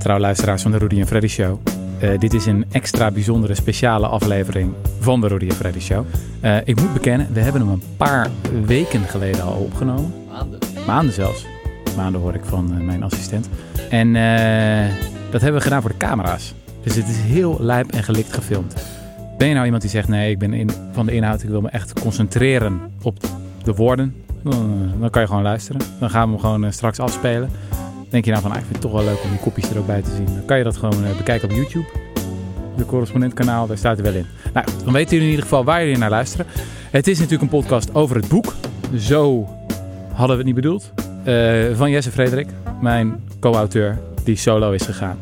Trouw luisteraars van de Rudy en Freddy Show. Dit is een extra bijzondere speciale aflevering van de Rudy en Freddy Show. Ik moet bekennen, we hebben hem een paar weken geleden al opgenomen. Maanden zelfs. Maanden hoor ik van mijn assistent. En dat hebben we gedaan voor de camera's. Dus het is heel lijp en gelikt gefilmd. Ben je nou iemand die zegt, nee, ik ben van de inhoud, ik wil me echt concentreren op de woorden. Dan kan je gewoon luisteren. Dan gaan we hem gewoon straks afspelen. Denk je nou van, ik vind het toch wel leuk om die kopjes er ook bij te zien. Dan kan je dat gewoon bekijken op YouTube. De correspondentkanaal, daar staat er wel in. Nou, dan weten jullie in ieder geval waar jullie naar luisteren. Het is natuurlijk een podcast over het boek. Zo hadden we het niet bedoeld. Van Jesse Frederik, mijn co-auteur, die solo is gegaan.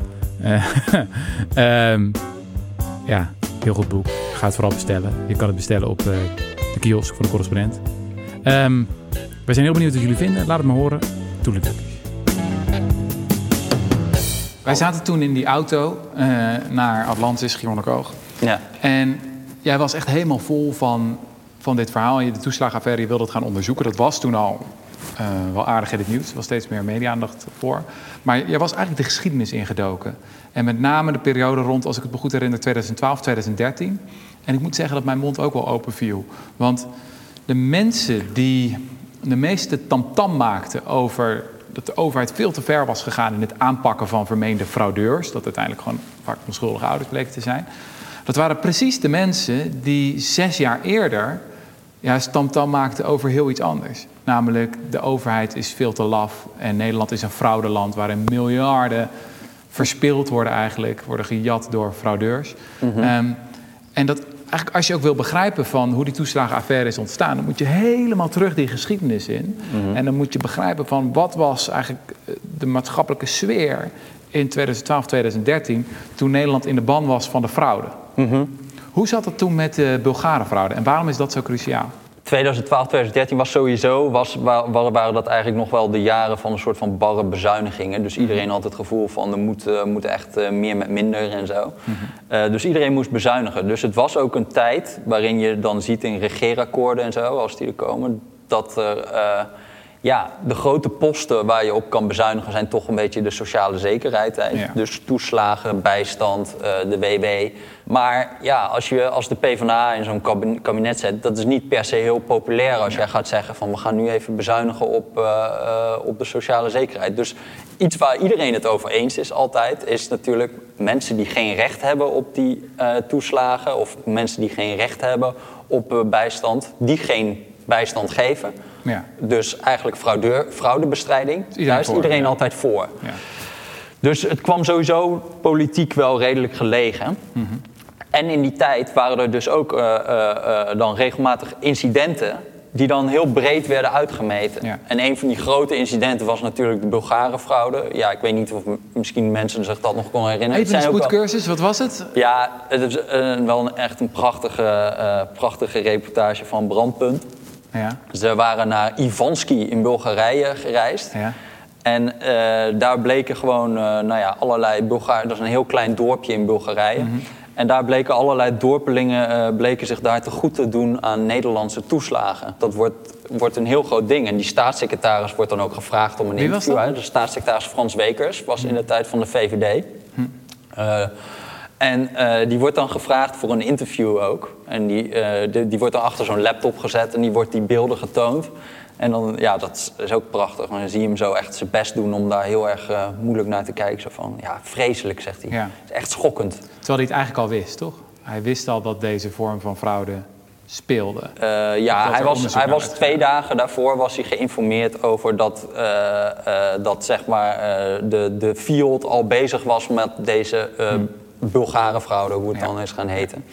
Ja, heel goed boek. Ga het vooral bestellen. Je kan het bestellen op de kiosk van de correspondent. We zijn heel benieuwd wat jullie vinden. Laat het me horen. Toedeledokie. Wij zaten toen in die auto naar Atlantis, Schiermonnikoog. Ja. En jij was echt helemaal vol van dit verhaal. En de toeslagenaffaire, je wilde het gaan onderzoeken. Dat was toen al wel aardig in het nieuws. Er was steeds meer media-aandacht voor. Maar jij was eigenlijk de geschiedenis ingedoken. En met name de periode rond, als ik het me goed herinner, 2012, 2013. En ik moet zeggen dat mijn mond ook wel open viel. Want de mensen die de meeste tamtam maakten over dat de overheid veel te ver was gegaan in het aanpakken van vermeende fraudeurs, dat uiteindelijk gewoon vaak onschuldige ouders bleken te zijn. Dat waren precies de mensen die 6 jaar eerder juist tamtam maakten over heel iets anders. Namelijk, de overheid is veel te laf en Nederland is een fraudeland waarin miljarden verspild worden eigenlijk, worden gejat door fraudeurs. Mm-hmm. En dat eigenlijk, als je ook wil begrijpen van hoe die toeslagenaffaire is ontstaan, dan moet je helemaal terug die geschiedenis in. Mm-hmm. En dan moet je begrijpen van wat was eigenlijk de maatschappelijke sfeer in 2012, 2013, toen Nederland in de ban was van de fraude. Mm-hmm. Hoe zat het toen met de Bulgarenfraude en waarom is dat zo cruciaal? 2012, 2013 was sowieso, waren dat eigenlijk nog wel de jaren van een soort van barre bezuinigingen. Dus iedereen had het gevoel van er moet echt meer met minder en zo. Mm-hmm. Dus iedereen moest bezuinigen. Dus het was ook een tijd waarin je dan ziet in regeerakkoorden en zo, als die er komen, dat de grote posten waar je op kan bezuinigen zijn toch een beetje de sociale zekerheid. Ja. Dus toeslagen, bijstand, de WW. Maar ja, als de PvdA in zo'n kabinet zet, dat is niet per se heel populair als jij gaat zeggen van we gaan nu even bezuinigen op de sociale zekerheid. Dus iets waar iedereen het over eens is altijd, is natuurlijk mensen die geen recht hebben op die toeslagen of mensen die geen recht hebben op bijstand, die geen bijstand geven. Ja. Dus eigenlijk fraudebestrijding. Iedereen altijd voor. Ja. Dus het kwam sowieso politiek wel redelijk gelegen. Mm-hmm. En in die tijd waren er dus ook dan regelmatig incidenten die dan heel breed werden uitgemeten. Ja. En een van die grote incidenten was natuurlijk de Bulgarenfraude. Ja, ik weet niet of misschien mensen zich dat nog konden herinneren. Even een spoedcursus, wat was het? Ja, het is wel echt een prachtige reportage van Brandpunt. Ja. Ze waren naar Ivanski in Bulgarije gereisd. Ja. En daar bleken gewoon allerlei Bulgaren. Dat is een heel klein dorpje in Bulgarije. Mm-hmm. En daar bleken allerlei dorpelingen zich daar te goed te doen aan Nederlandse toeslagen. Dat wordt een heel groot ding. En die staatssecretaris wordt dan ook gevraagd om een interview. De staatssecretaris Frans Wekers was in de tijd van de VVD. En die wordt dan gevraagd voor een interview ook. En die wordt dan achter zo'n laptop gezet en die wordt die beelden getoond. En dan, ja, dat is ook prachtig. Maar dan zie je hem zo echt zijn best doen om daar heel erg moeilijk naar te kijken. Zo van, ja, vreselijk, zegt hij. Ja. Het is echt schokkend. Terwijl hij het eigenlijk al wist, toch? Hij wist al dat deze vorm van fraude speelde. Hij was 2 dagen daarvoor was hij geïnformeerd over dat zeg maar, de FIOD al bezig was met deze Bulgarenfraude, hoe het dan is gaan heten.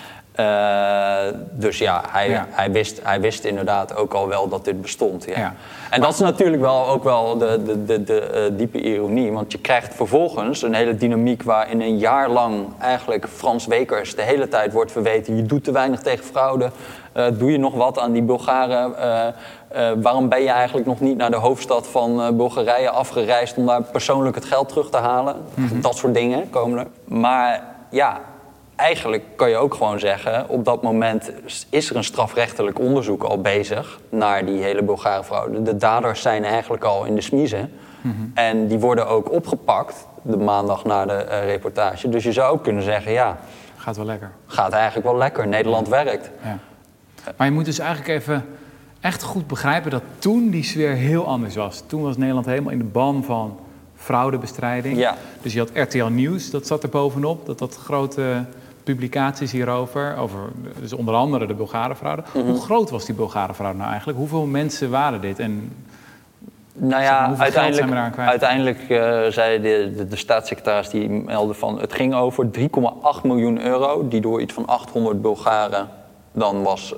Dus ja, hij wist inderdaad ook al wel dat dit bestond. Ja. Ja. En dat is natuurlijk ook wel de diepe ironie. Want je krijgt vervolgens een hele dynamiek waar in een jaar lang eigenlijk Frans Wekers de hele tijd wordt verweten. Je doet te weinig tegen fraude. Doe je nog wat aan die Bulgaren? Waarom ben je eigenlijk nog niet naar de hoofdstad van Bulgarije afgereisd om daar persoonlijk het geld terug te halen? Mm-hmm. Dat soort dingen komen er. Maar ja, eigenlijk kan je ook gewoon zeggen, op dat moment is er een strafrechtelijk onderzoek al bezig naar die hele Bulgarenfraude. De daders zijn eigenlijk al in de smiezen. Mm-hmm. En die worden ook opgepakt de maandag na de reportage. Dus je zou ook kunnen zeggen, ja... Gaat wel lekker. Gaat eigenlijk wel lekker. Nederland werkt. Ja. Maar je moet dus eigenlijk even echt goed begrijpen dat toen die sfeer heel anders was. Toen was Nederland helemaal in de ban van fraudebestrijding. Ja. Dus je had RTL Nieuws, dat zat er bovenop. Dat grote publicaties hierover. Dus onder andere de Bulgarenfraude. Hoe groot was die Bulgarenfraude nou eigenlijk? Hoeveel mensen waren dit? En nou ja, hoeveel geld zijn we daar aan kwijt? Uiteindelijk zei de staatssecretaris die meldde van... het ging over 3,8 miljoen euro... die door iets van 800 Bulgaren dan was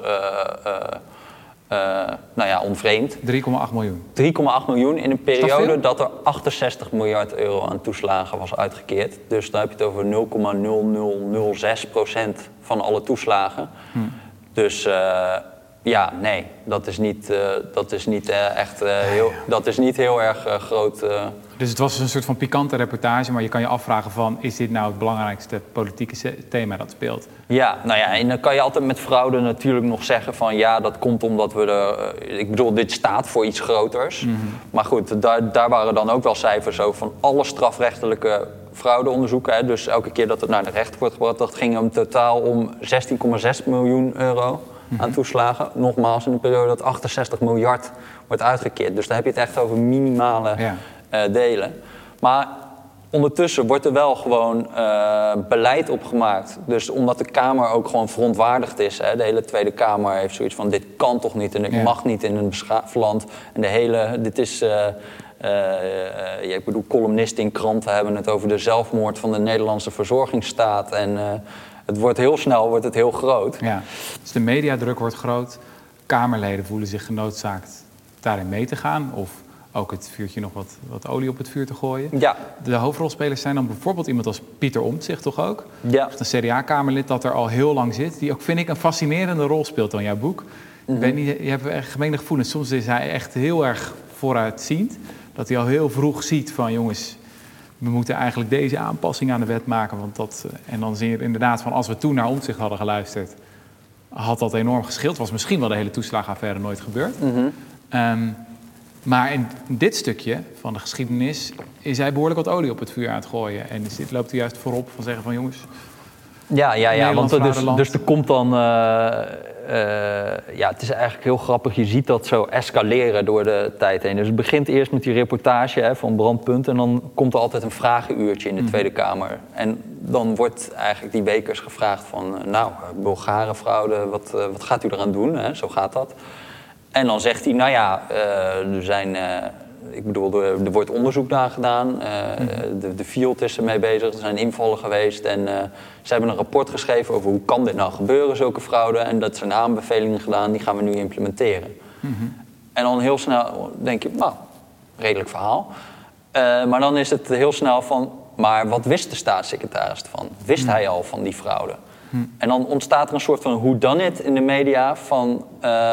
ontvreemd. 3,8 miljoen? 3,8 miljoen in een periode dat er 68 miljard euro aan toeslagen was uitgekeerd. Dus dan heb je het over 0,0006% van alle toeslagen. Dus... nee, dat is niet heel erg groot. Dus het was een soort van pikante reportage, maar je kan je afvragen van... is dit nou het belangrijkste politieke thema dat speelt? Ja, nou ja, en dan kan je altijd met fraude natuurlijk nog zeggen van... ja, dat komt omdat ik bedoel, dit staat voor iets groters. Maar goed, daar waren dan ook wel cijfers over van alle strafrechtelijke fraudeonderzoeken. Hè, dus elke keer dat het naar de rechter wordt gebracht... dat ging om totaal om 16,6 miljoen euro... aan toeslagen. Nogmaals, in een periode dat 68 miljard wordt uitgekeerd. Dus dan heb je het echt over minimale delen. Maar ondertussen wordt er wel gewoon beleid opgemaakt. Dus omdat de Kamer ook gewoon verontwaardigd is. Hè, de hele Tweede Kamer heeft zoiets van... dit kan toch niet en dit mag niet in een beschaafd land. En dit is... ik bedoel, columnisten in kranten hebben het over de zelfmoord... van de Nederlandse verzorgingsstaat en... het wordt heel snel heel groot. Ja, dus de mediadruk wordt groot. Kamerleden voelen zich genoodzaakt daarin mee te gaan. Of ook het vuurtje nog wat olie op het vuur te gooien. Ja. De hoofdrolspelers zijn dan bijvoorbeeld iemand als Pieter Omtzigt toch ook? Ja. Een CDA-kamerlid dat er al heel lang zit. Die ook, vind ik, een fascinerende rol speelt in jouw boek. Je hebt echt gemengde gevoelens. Soms is hij echt heel erg vooruitziend. Dat hij al heel vroeg ziet van jongens... we moeten eigenlijk deze aanpassing aan de wet maken. Want en dan zie je inderdaad van als we toen naar Omtzigt hadden geluisterd... had dat enorm geschild. Was misschien wel de hele toeslagenaffaire nooit gebeurd. Maar in dit stukje van de geschiedenis... is hij behoorlijk wat olie op het vuur aan het gooien. En dit loopt hij juist voorop van zeggen van jongens... Ja, want dus er komt dan... het is eigenlijk heel grappig. Je ziet dat zo escaleren door de tijd heen. Dus het begint eerst met die reportage van Brandpunt... en dan komt er altijd een vragenuurtje in de Tweede Kamer. En dan wordt eigenlijk die Wekers gevraagd van... Bulgarenfraude, wat gaat u eraan doen? Hè? Zo gaat dat. En dan zegt hij, er zijn... er wordt onderzoek naar gedaan. De Field is ermee bezig. Er zijn invallen geweest. En ze hebben een rapport geschreven over hoe kan dit nou gebeuren, zulke fraude. En dat zijn aanbevelingen gedaan, die gaan we nu implementeren. En dan heel snel denk je, redelijk verhaal. Maar dan is het heel snel van, maar wat wist de staatssecretaris ervan? Wist hij al van die fraude? En dan ontstaat er een soort van whodunit in de media van...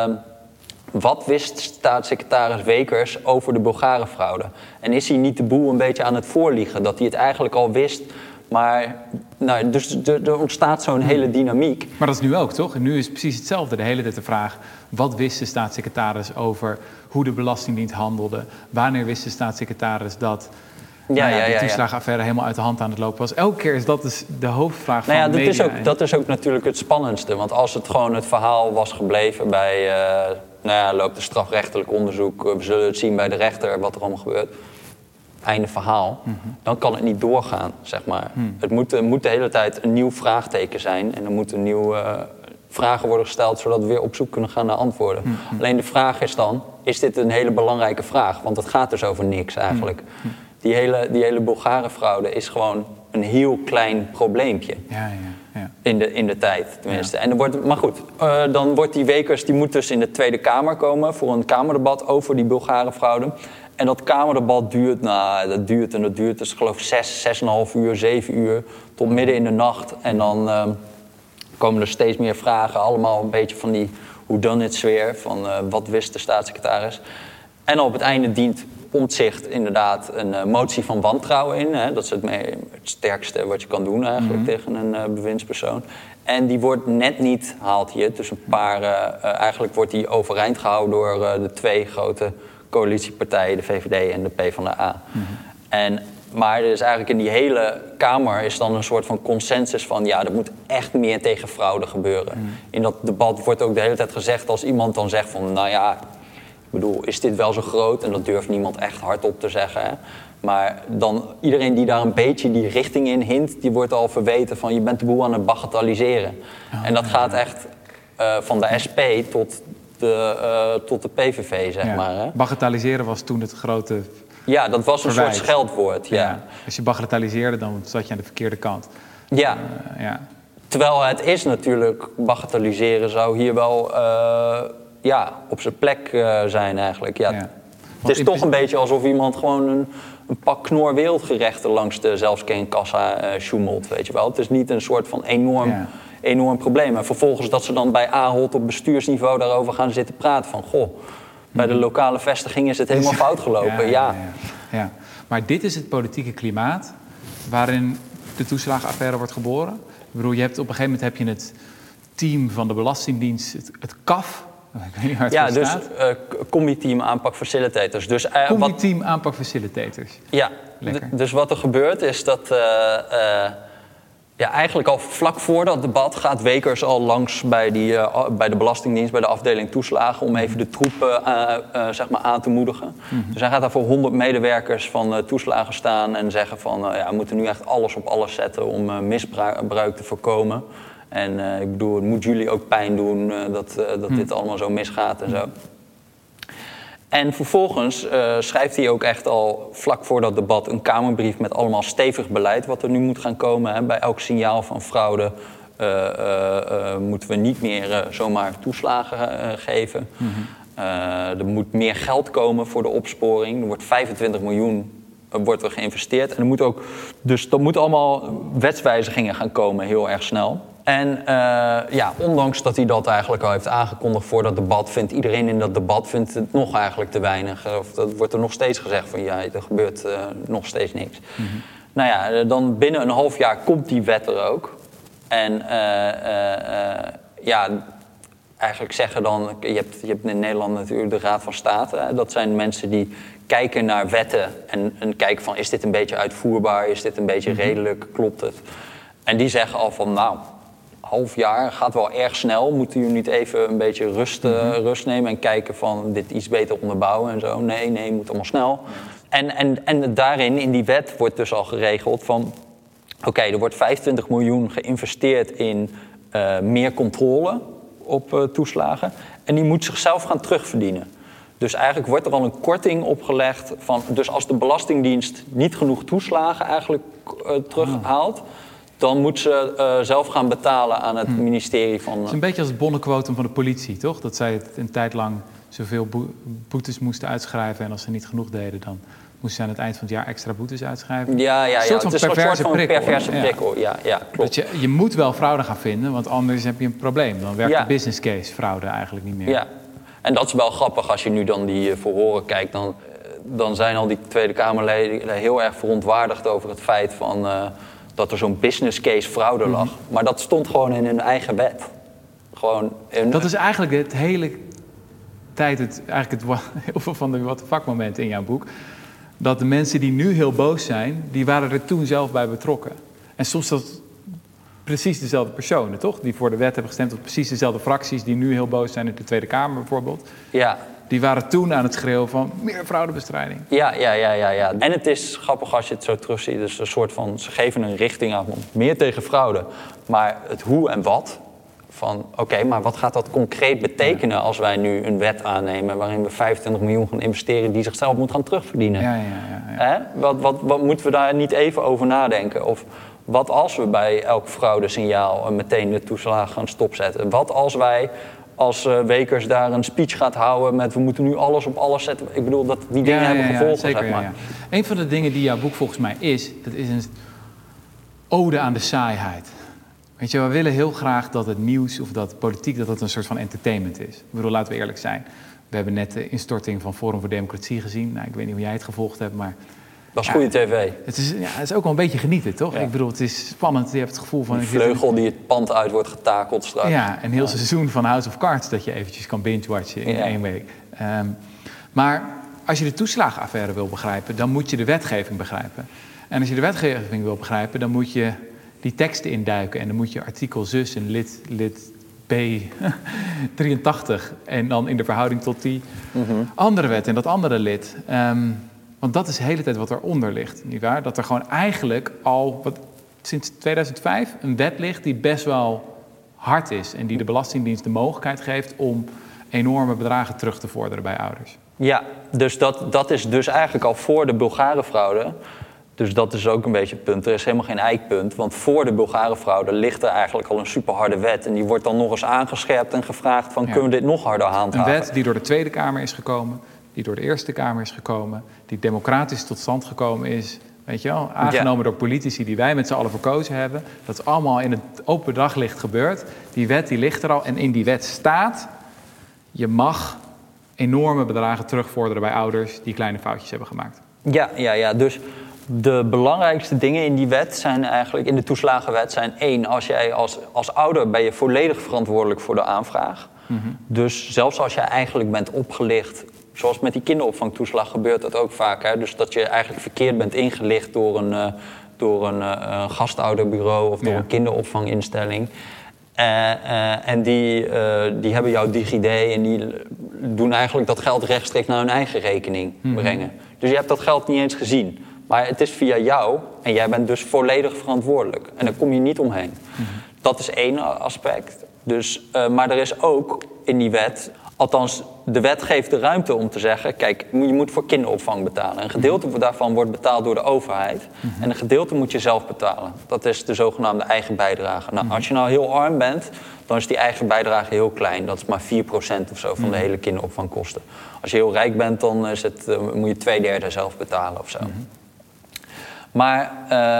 wat wist staatssecretaris Wekers over de Bulgarenfraude? En is hij niet de boel een beetje aan het voorliegen? Dat hij het eigenlijk al wist, maar... dus er ontstaat zo'n hele dynamiek. Maar dat is nu ook, toch? En nu is het precies hetzelfde. De hele tijd de vraag, wat wist de staatssecretaris over hoe de Belastingdienst handelde? Wanneer wist de staatssecretaris dat... de toeslagenaffaire helemaal uit de hand aan het lopen was. Elke keer is dat dus de hoofdvraag van de media. Dat is ook natuurlijk het spannendste. Want als het gewoon het verhaal was gebleven bij... loopt er strafrechtelijk onderzoek. We zullen het zien bij de rechter wat er allemaal gebeurt. Einde verhaal. Dan kan het niet doorgaan, zeg maar. Het moet de hele tijd een nieuw vraagteken zijn. En er moeten nieuwe vragen worden gesteld... zodat we weer op zoek kunnen gaan naar antwoorden. Alleen de vraag is dan... is dit een hele belangrijke vraag? Want het gaat dus over niks eigenlijk. Die hele Bulgarenfraude is gewoon een heel klein probleempje. Ja. In de tijd, tenminste. Ja. Maar goed, dan wordt die Wekers... die moet dus in de Tweede Kamer komen... voor een kamerdebat over die Bulgarenfraude. En dat kamerdebat duurt... dat duurt. Dus ik geloof 6,5 uur, 7 uur... tot midden in de nacht. En dan komen er steeds meer vragen. Allemaal een beetje van die whodunit-sfeer... van wat wist de staatssecretaris. En op het einde dient... Omtzigt inderdaad een motie van wantrouwen in. Hè. Dat is het sterkste wat je kan doen eigenlijk tegen een bewindspersoon. En die wordt net niet, haalt hij het. Dus een paar, eigenlijk wordt die overeind gehouden door de twee grote coalitiepartijen, de VVD en de PvdA. En Maar er is eigenlijk in die hele Kamer is dan een soort van consensus van... ja, er moet echt meer tegen fraude gebeuren. In dat debat wordt ook de hele tijd gezegd als iemand dan zegt van... nou ja, ik bedoel, is dit wel zo groot? En dat durft niemand echt hardop te zeggen. Hè? Maar dan iedereen die daar een beetje die richting in hint... die wordt al verweten van je bent de boel aan het bagatelliseren. En dat gaat echt van de SP tot de PVV, zeg maar. Hè? Bagatelliseren was toen het grote... Ja, dat was een soort scheldwoord, ja. Als je bagatelliseerde, dan zat je aan de verkeerde kant. Ja. Terwijl het is natuurlijk, bagatelliseren zou hier wel op zijn plek zijn eigenlijk. Ja. Het is toch een beetje alsof iemand gewoon een pak knor wereldgerechten langs de zelfscankassa sjoemelt, weet je wel. Het is niet een soort van enorm probleem. En vervolgens dat ze dan bij Ahold op bestuursniveau daarover gaan zitten praten van... goh, bij de lokale vestiging is het helemaal fout gelopen. Ja. Maar dit is het politieke klimaat waarin de toeslagenaffaire wordt geboren. Ik bedoel, op een gegeven moment heb je het team van de Belastingdienst, het CAF. Ik weet niet waar het voor staat. Combi-team aanpak facilitators. Dus, Combi-team aanpak facilitators. Ja, dus wat er gebeurt is dat... eigenlijk al vlak voor dat debat gaat Wekers al langs bij de Belastingdienst, bij de afdeling toeslagen, om even de troepen aan te moedigen. Dus hij gaat daar voor 100 medewerkers van toeslagen staan en zeggen van, we moeten nu echt alles op alles zetten om misbruik te voorkomen. En ik bedoel, het moet jullie ook pijn doen dat dit allemaal zo misgaat en zo. En vervolgens schrijft hij ook echt al vlak voor dat debat een Kamerbrief met allemaal stevig beleid wat er nu moet gaan komen. Hè. Bij elk signaal van fraude moeten we niet meer zomaar toeslagen geven. Er moet meer geld komen voor de opsporing. Er wordt 25 miljoen wordt er geïnvesteerd. En er moet ook, dus er moeten allemaal wetswijzigingen gaan komen heel erg snel. En ondanks dat hij dat eigenlijk al heeft aangekondigd voor dat debat... vindt iedereen in dat debat vindt het nog eigenlijk te weinig. Of dat wordt er nog steeds gezegd van er gebeurt nog steeds niks. Nou ja, dan binnen een half jaar komt die wet er ook. En eigenlijk zeggen dan... Je hebt in Nederland natuurlijk de Raad van State. Hè? Dat zijn mensen die kijken naar wetten en kijken van... is dit een beetje uitvoerbaar, is dit een beetje redelijk, klopt het? En die zeggen al van half jaar gaat wel erg snel. Moeten jullie niet even een beetje rust nemen en kijken van dit iets beter onderbouwen en zo? Nee, moet allemaal snel. En daarin, in die wet, wordt dus al geregeld van... Oké, er wordt 25 miljoen geïnvesteerd in meer controle op toeslagen. En die moet zichzelf gaan terugverdienen. Dus eigenlijk wordt er al een korting opgelegd van... Dus als de Belastingdienst niet genoeg toeslagen eigenlijk terughaalt... dan moet ze zelf gaan betalen aan het ministerie van... Het is een beetje als het bonnenquotum van de politie, toch? Dat zij het een tijd lang zoveel boetes moesten uitschrijven... en als ze niet genoeg deden, dan moesten ze aan het eind van het jaar extra boetes uitschrijven. Ja. Het is een soort van perverse prikkel. Ja, klopt. Dat je moet wel fraude gaan vinden, want anders heb je een probleem. Dan werkt de business case fraude eigenlijk niet meer. Ja, en dat is wel grappig als je nu dan die verhoren kijkt... dan zijn al die Tweede Kamerleden heel erg verontwaardigd over het feit van... dat er zo'n business case fraude lag. Maar dat stond gewoon in hun eigen wet. Dat is eigenlijk het hele tijd... heel veel van de what the fuck momenten in jouw boek... dat de mensen die nu heel boos zijn... die waren er toen zelf bij betrokken. En soms dat precies dezelfde personen, toch? Die voor de wet hebben gestemd... of precies dezelfde fracties die nu heel boos zijn... in de Tweede Kamer bijvoorbeeld. Ja. Die waren toen aan het schreeuwen van meer fraudebestrijding. Ja. En het is grappig als je het zo terugziet. Dus een soort van, ze geven een richting aan. Meer tegen fraude. Maar het hoe en wat. Van oké, maar wat gaat dat concreet betekenen als wij nu een wet aannemen... waarin we 25 miljoen gaan investeren die zichzelf moet gaan terugverdienen? Ja. Wat moeten we daar niet even over nadenken? Of wat als we bij elk fraudesignaal meteen de toeslagen gaan stopzetten? Wat als wij... als Wekers daar een speech gaat houden met... we moeten nu alles op alles zetten. Ik bedoel, dat die dingen hebben gevolgen, zeker, zeg maar. Een van de dingen die jouw boek volgens mij dat is een ode aan de saaiheid. Weet je, we willen heel graag dat het nieuws of dat politiek... dat een soort van entertainment is. Ik bedoel, laten we eerlijk zijn. We hebben net de instorting van Forum voor Democratie gezien. Nou, ik weet niet hoe jij het gevolgd hebt, maar... Dat is goede tv. Het is ook wel een beetje genieten, toch? Ja. Ik bedoel, het is spannend. Je hebt het gevoel van... Een vleugel die het pand uit wordt getakeld straks. Ja, een heel seizoen van House of Cards... dat je eventjes kan binge-watchen in 1 week. Maar als je de toeslagenaffaire wil begrijpen, dan moet je de wetgeving begrijpen. En als je de wetgeving wil begrijpen, dan moet je die teksten induiken. En dan moet je artikel zus en lid B 83. En dan in de verhouding tot die andere wet en dat andere lid. Want dat is de hele tijd wat eronder ligt, nietwaar? Dat er gewoon eigenlijk al sinds 2005 een wet ligt die best wel hard is. En die de Belastingdienst de mogelijkheid geeft om enorme bedragen terug te vorderen bij ouders. Ja, dus dat is dus eigenlijk al voor de Bulgarenfraude. Dus dat is ook een beetje het punt. Er is helemaal geen eikpunt. Want voor de Bulgarenfraude ligt er eigenlijk al een superharde wet. En die wordt dan nog eens aangescherpt en gevraagd van kunnen we dit nog harder handhaven? Een wet die door de Tweede Kamer is gekomen, die door de Eerste Kamer is gekomen, die democratisch tot stand gekomen is. Weet je wel, aangenomen door politici die wij met z'n allen verkozen hebben. Dat is allemaal in het open daglicht gebeurd. Die wet die ligt er al en in die wet staat, je mag enorme bedragen terugvorderen bij ouders die kleine foutjes hebben gemaakt. Ja. Dus de belangrijkste dingen in die wet zijn eigenlijk, in de toeslagenwet, zijn 1, als jij als ouder ben je volledig verantwoordelijk voor de aanvraag. Dus zelfs als jij eigenlijk bent opgelicht, zoals met die kinderopvangtoeslag gebeurt dat ook vaak. Hè? Dus dat je eigenlijk verkeerd bent ingelicht door een gastouderbureau of door een kinderopvanginstelling. En die hebben jouw DigiD en die doen eigenlijk dat geld rechtstreeks naar hun eigen rekening brengen. Dus je hebt dat geld niet eens gezien. Maar het is via jou en jij bent dus volledig verantwoordelijk. En daar kom je niet omheen. Dat is 1 aspect. Dus, maar er is ook in die wet, althans de wet geeft de ruimte om te zeggen, kijk, je moet voor kinderopvang betalen. Een gedeelte daarvan wordt betaald door de overheid. En een gedeelte moet je zelf betalen. Dat is de zogenaamde eigen bijdrage. Nou, als je nou heel arm bent, dan is die eigen bijdrage heel klein. Dat is maar 4% of zo van de hele kinderopvangkosten. Als je heel rijk bent, dan moet je 2/3 zelf betalen of zo. Maar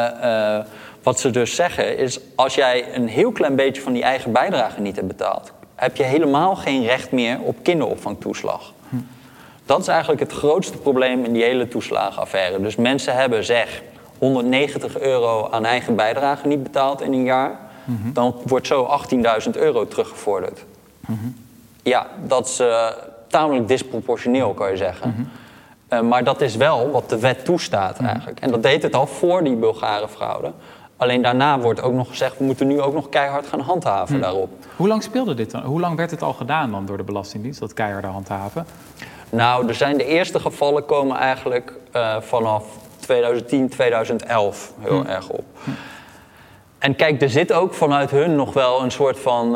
wat ze dus zeggen is, als jij een heel klein beetje van die eigen bijdrage niet hebt betaald, heb je helemaal geen recht meer op kinderopvangtoeslag. Dat is eigenlijk het grootste probleem in die hele toeslagenaffaire. Dus mensen hebben zeg €190 aan eigen bijdrage niet betaald in een jaar. Dan wordt zo €18.000 teruggevorderd. Ja, dat is tamelijk disproportioneel, kan je zeggen. Maar dat is wel wat de wet toestaat eigenlijk. En dat deed het al voor die Bulgarenfraude. Alleen daarna wordt ook nog gezegd, we moeten nu ook nog keihard gaan handhaven daarop. Hoe lang speelde dit dan? Hoe lang werd het al gedaan dan door de Belastingdienst, dat keiharde handhaven? Nou, de eerste gevallen komen eigenlijk vanaf 2010, 2011 heel erg op. En kijk, er zit ook vanuit hun nog wel een soort van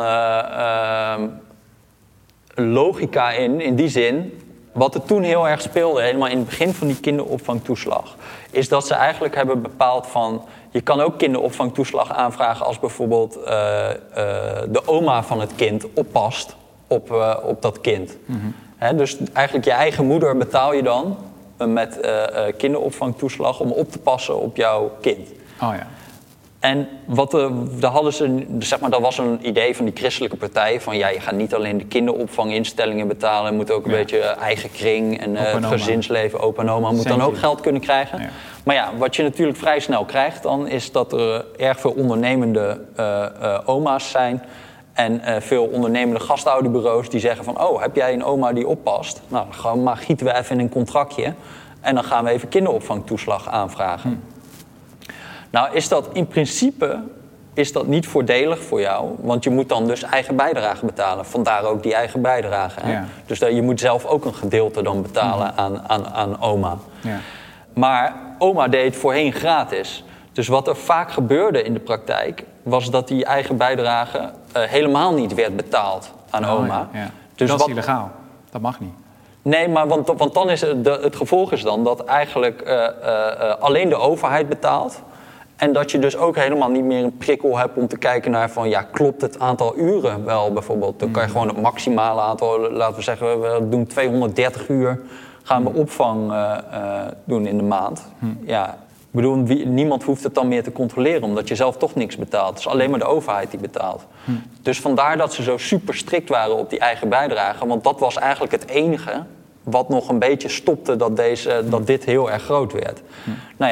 logica in die zin. Wat er toen heel erg speelde, helemaal in het begin van die kinderopvangtoeslag, is dat ze eigenlijk hebben bepaald van, je kan ook kinderopvangtoeslag aanvragen als bijvoorbeeld de oma van het kind oppast op dat kind. Dus eigenlijk je eigen moeder betaal je dan met kinderopvangtoeslag om op te passen op jouw kind. Oh ja. En daar hadden ze, zeg maar, dat was een idee van die christelijke partij. Van ja, je gaat niet alleen de kinderopvanginstellingen betalen. Je moet ook een beetje eigen kring en het gezinsleven, opa en oma, moet dan ook geld kunnen krijgen. Ja. Maar ja, wat je natuurlijk vrij snel krijgt dan, is dat er erg veel ondernemende oma's zijn. En veel ondernemende gastouderbureaus die zeggen van, oh, heb jij een oma die oppast? Nou, dan gieten we even in een contractje. En dan gaan we even kinderopvangtoeslag aanvragen. Nou, is dat in principe niet voordelig voor jou, want je moet dan dus eigen bijdrage betalen. Vandaar ook die eigen bijdrage. Hè? Ja. Dus je moet zelf ook een gedeelte dan betalen aan oma. Ja. Maar oma deed het voorheen gratis. Dus wat er vaak gebeurde in de praktijk, was dat die eigen bijdrage helemaal niet werd betaald aan oma. Ja. Dus dat is illegaal. Dat mag niet. Nee, maar want dan is het gevolg is dan dat eigenlijk alleen de overheid betaalt. En dat je dus ook helemaal niet meer een prikkel hebt om te kijken naar van, ja, klopt het aantal uren wel bijvoorbeeld? Dan kan je gewoon het maximale aantal, laten we zeggen, we doen 230 uur, gaan we opvang doen in de maand. Ja, ik bedoel, niemand hoeft het dan meer te controleren, omdat je zelf toch niks betaalt. Het is alleen maar de overheid die betaalt. Dus vandaar dat ze zo super strikt waren op die eigen bijdrage, want dat was eigenlijk het enige wat nog een beetje stopte dat dit heel erg groot werd. Nou ja,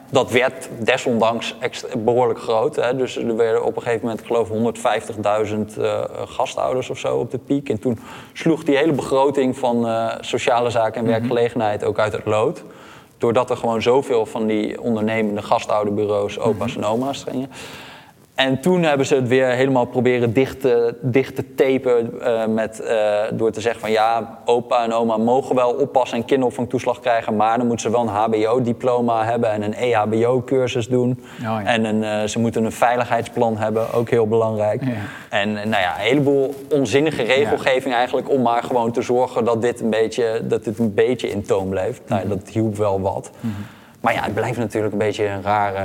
dat werd desondanks behoorlijk groot. Hè. Dus er werden op een gegeven moment, ik geloof 150.000 gasthouders of zo op de piek. En toen sloeg die hele begroting van sociale zaken en werkgelegenheid ook uit het lood. Doordat er gewoon zoveel van die ondernemende gasthouderbureaus, opa's en oma's gingen. En toen hebben ze het weer helemaal proberen dicht te tapen door te zeggen van ja, opa en oma mogen wel oppassen en kinderopvangtoeslag krijgen, maar dan moeten ze wel een hbo-diploma hebben en een EHBO-cursus doen. Oh, ja. En ze moeten een veiligheidsplan hebben, ook heel belangrijk. Ja. En nou ja, een heleboel onzinnige regelgeving eigenlijk om maar gewoon te zorgen dat dit een beetje in toom bleef. Nou, dat hielp wel wat. Maar ja, het blijft natuurlijk een beetje een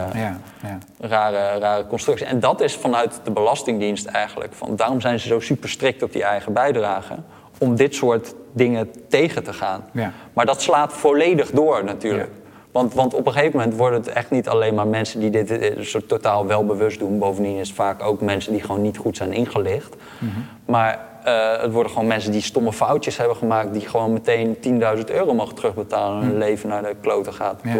rare constructie. En dat is vanuit de Belastingdienst eigenlijk. Daarom zijn ze zo super strikt op die eigen bijdrage. Om dit soort dingen tegen te gaan. Ja. Maar dat slaat volledig door natuurlijk. Ja. Want op een gegeven moment worden het echt niet alleen maar mensen die dit soort totaal welbewust doen. Bovendien is het vaak ook mensen die gewoon niet goed zijn ingelicht. Maar het worden gewoon mensen die stomme foutjes hebben gemaakt, die gewoon meteen €10.000 mogen terugbetalen en hun leven naar de kloten gaat. Ja.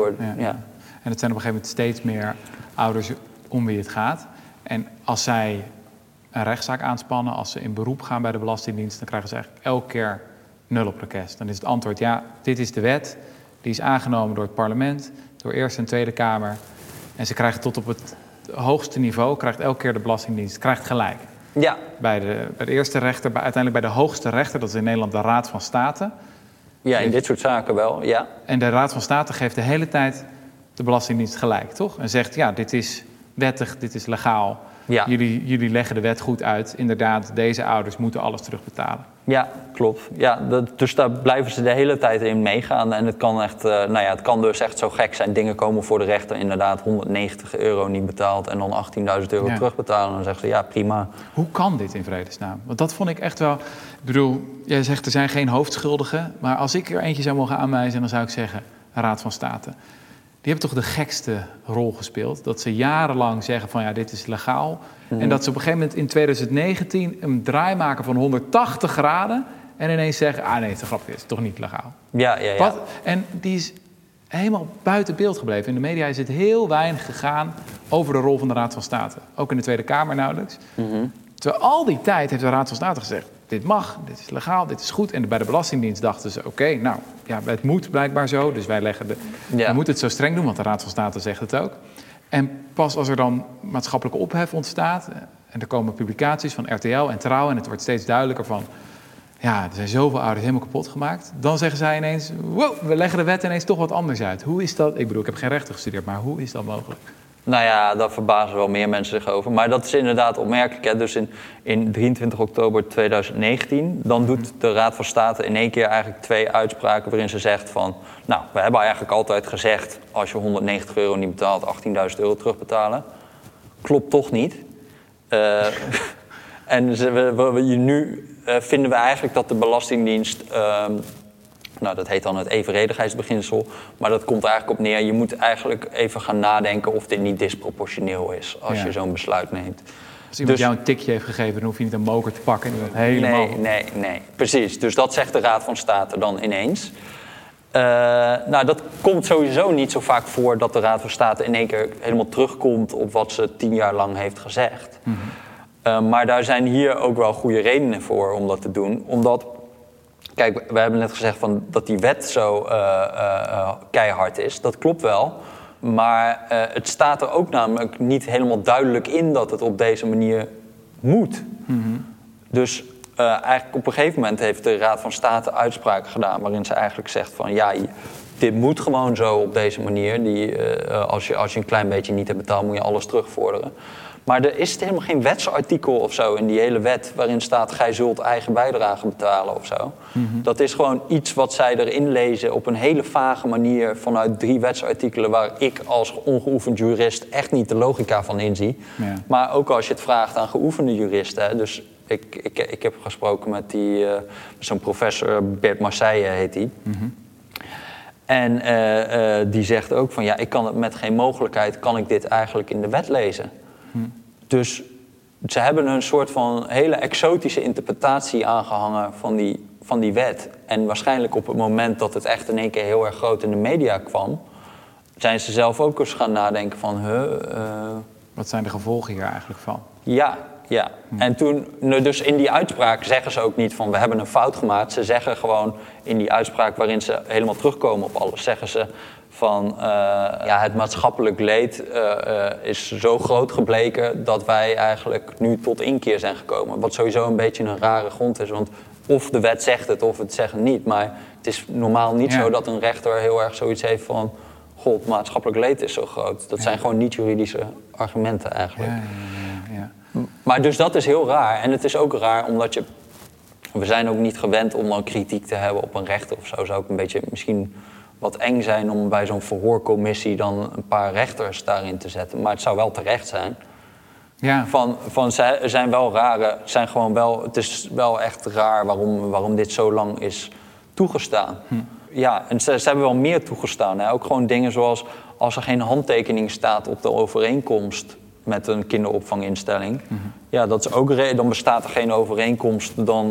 En het zijn op een gegeven moment steeds meer ouders om wie het gaat. En als zij een rechtszaak aanspannen, als ze in beroep gaan bij de Belastingdienst, dan krijgen ze eigenlijk elke keer 0 op request. Dan is het antwoord, ja, dit is de wet, die is aangenomen door het parlement, door Eerste en Tweede Kamer. En ze krijgen tot op het hoogste niveau, krijgt elke keer de Belastingdienst, krijgt gelijk. Ja. Bij de eerste rechter, uiteindelijk bij de hoogste rechter, dat is in Nederland de Raad van State. Ja, in dit soort zaken wel, ja. En de Raad van State geeft de hele tijd de Belastingdienst gelijk, toch? En zegt, ja, dit is wettig, dit is legaal. Ja. Jullie leggen de wet goed uit. Inderdaad, deze ouders moeten alles terugbetalen. Ja, klopt. Ja, dus daar blijven ze de hele tijd in meegaan. En het kan echt, het kan dus echt zo gek zijn. Dingen komen voor de rechter, inderdaad €190 niet betaald en dan €18.000 terugbetalen. En dan zeggen ze, ja, prima. Hoe kan dit in vredesnaam? Want dat vond ik echt wel. Ik bedoel, jij zegt er zijn geen hoofdschuldigen. Maar als ik er eentje zou mogen aanwijzen, dan zou ik zeggen, Raad van State. Die hebben toch de gekste rol gespeeld. Dat ze jarenlang zeggen van ja, dit is legaal. En dat ze op een gegeven moment in 2019 een draai maken van 180 graden. En ineens zeggen, nee, het is een grapje, het is toch niet legaal. Ja. En die is helemaal buiten beeld gebleven. In de media is het heel weinig gegaan over de rol van de Raad van State. Ook in de Tweede Kamer nauwelijks. Terwijl al die tijd heeft de Raad van State gezegd, dit mag, dit is legaal, dit is goed. En bij de Belastingdienst dachten ze, oké, het moet blijkbaar zo. Dus wij we moeten het zo streng doen, want de Raad van State zegt het ook. En pas als er dan maatschappelijke ophef ontstaat, en er komen publicaties van RTL en Trouw, en het wordt steeds duidelijker van, ja, er zijn zoveel ouders helemaal kapot gemaakt. Dan zeggen zij ineens, wow, we leggen de wet ineens toch wat anders uit. Hoe is dat? Ik bedoel, ik heb geen rechten gestudeerd, maar hoe is dat mogelijk? Nou ja, daar verbazen wel meer mensen zich over. Maar dat is inderdaad opmerkelijk. Hè? Dus in 23 oktober 2019... dan doet de Raad van State in één keer eigenlijk 2 uitspraken waarin ze zegt van, nou, we hebben eigenlijk altijd gezegd, als je €190 niet betaalt, €18.000 terugbetalen. Klopt toch niet. En nu vinden we eigenlijk dat de Belastingdienst, dat heet dan het evenredigheidsbeginsel. Maar dat komt er eigenlijk op neer. Je moet eigenlijk even gaan nadenken of dit niet disproportioneel is als je zo'n besluit neemt. Als iemand jou een tikje heeft gegeven, dan hoef je niet een moker te pakken. En dat helemaal... Nee, precies. Dus dat zegt de Raad van State dan ineens. Dat komt sowieso niet zo vaak voor dat de Raad van State in één keer helemaal terugkomt op wat ze 10 jaar lang heeft gezegd. Maar daar zijn hier ook wel goede redenen voor om dat te doen. Omdat, kijk, we hebben net gezegd dat die wet zo keihard is. Dat klopt wel. Maar het staat er ook namelijk niet helemaal duidelijk in dat het op deze manier moet. Dus eigenlijk op een gegeven moment heeft de Raad van State uitspraken gedaan waarin ze eigenlijk zegt van ja, dit moet gewoon zo op deze manier. Als je een klein beetje niet hebt betaald, moet je alles terugvorderen. Maar er is helemaal geen wetsartikel of zo in die hele wet waarin staat, gij zult eigen bijdrage betalen of zo. Dat is gewoon iets wat zij erin lezen op een hele vage manier vanuit 3 wetsartikelen waar ik als ongeoefend jurist echt niet de logica van inzie. Ja. Maar ook als je het vraagt aan geoefende juristen. Hè, dus ik heb gesproken met zo'n professor, Bert Marseille heet die. En die zegt ook van ja, ik kan het met geen mogelijkheid, kan ik dit eigenlijk in de wet lezen. Dus ze hebben een soort van hele exotische interpretatie aangehangen van die wet. En waarschijnlijk op het moment dat het echt in één keer heel erg groot in de media kwam, zijn ze zelf ook eens gaan nadenken van... Wat zijn de gevolgen hier eigenlijk van? Ja. En toen, dus in die uitspraak zeggen ze ook niet van we hebben een fout gemaakt. Ze zeggen gewoon in die uitspraak waarin ze helemaal terugkomen op alles, zeggen ze van het maatschappelijk leed is zo groot gebleken dat wij eigenlijk nu tot inkeer zijn gekomen. Wat sowieso een beetje een rare grond is, want of de wet zegt het of het zegt het niet. Maar het is normaal niet zo dat een rechter heel erg zoiets heeft van... God, het maatschappelijk leed is zo groot. Dat zijn gewoon niet-juridische argumenten eigenlijk. Ja. Maar dus dat is heel raar. En het is ook raar omdat we zijn ook niet gewend om dan kritiek te hebben op een rechter of zo. Zou ook een beetje misschien wat eng zijn om bij zo'n verhoorcommissie dan een paar rechters daarin te zetten. Maar het zou wel terecht zijn. Ja. Zij zijn wel rare, zijn gewoon wel, het is wel echt raar waarom dit zo lang is toegestaan. Ja, en ze hebben wel meer toegestaan. Hè? Ook gewoon dingen zoals als er geen handtekening staat op de overeenkomst met een kinderopvanginstelling. Ja, dat is ook dan bestaat er geen overeenkomst,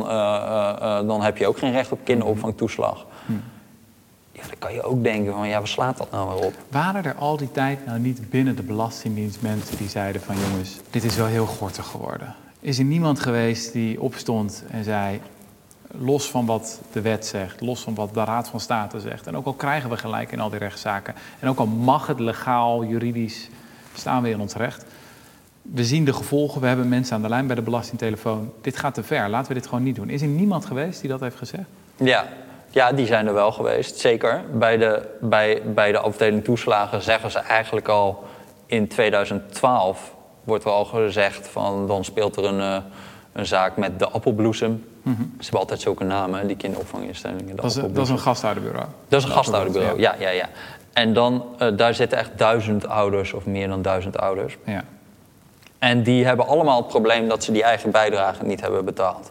dan heb je ook geen recht op kinderopvangtoeslag. Ja, dan kan je ook denken van, ja, waar slaat dat nou weer op? Waren er al die tijd nou niet binnen de Belastingdienst mensen die zeiden van... jongens, dit is wel heel gortig geworden. Is er niemand geweest die opstond en zei... los van wat de wet zegt, los van wat de Raad van State zegt... en ook al krijgen we gelijk in al die rechtszaken... en ook al mag het legaal, juridisch, staan we in ons recht... we zien de gevolgen, we hebben mensen aan de lijn bij de belastingtelefoon... dit gaat te ver, laten we dit gewoon niet doen. Is er niemand geweest die dat heeft gezegd? Ja, die zijn er wel geweest, zeker. Bij de afdeling toeslagen zeggen ze eigenlijk al in 2012... wordt er al gezegd van dan speelt er een zaak met de appelbloesem. Ze hebben altijd zulke namen, die kinderopvanginstellingen. Dat is een gasthouderbureau? Dat is een gasthouderbureau, ja. En dan, daar zitten echt 1000 ouders of meer dan 1000 ouders. Ja. En die hebben allemaal het probleem dat ze die eigen bijdrage niet hebben betaald.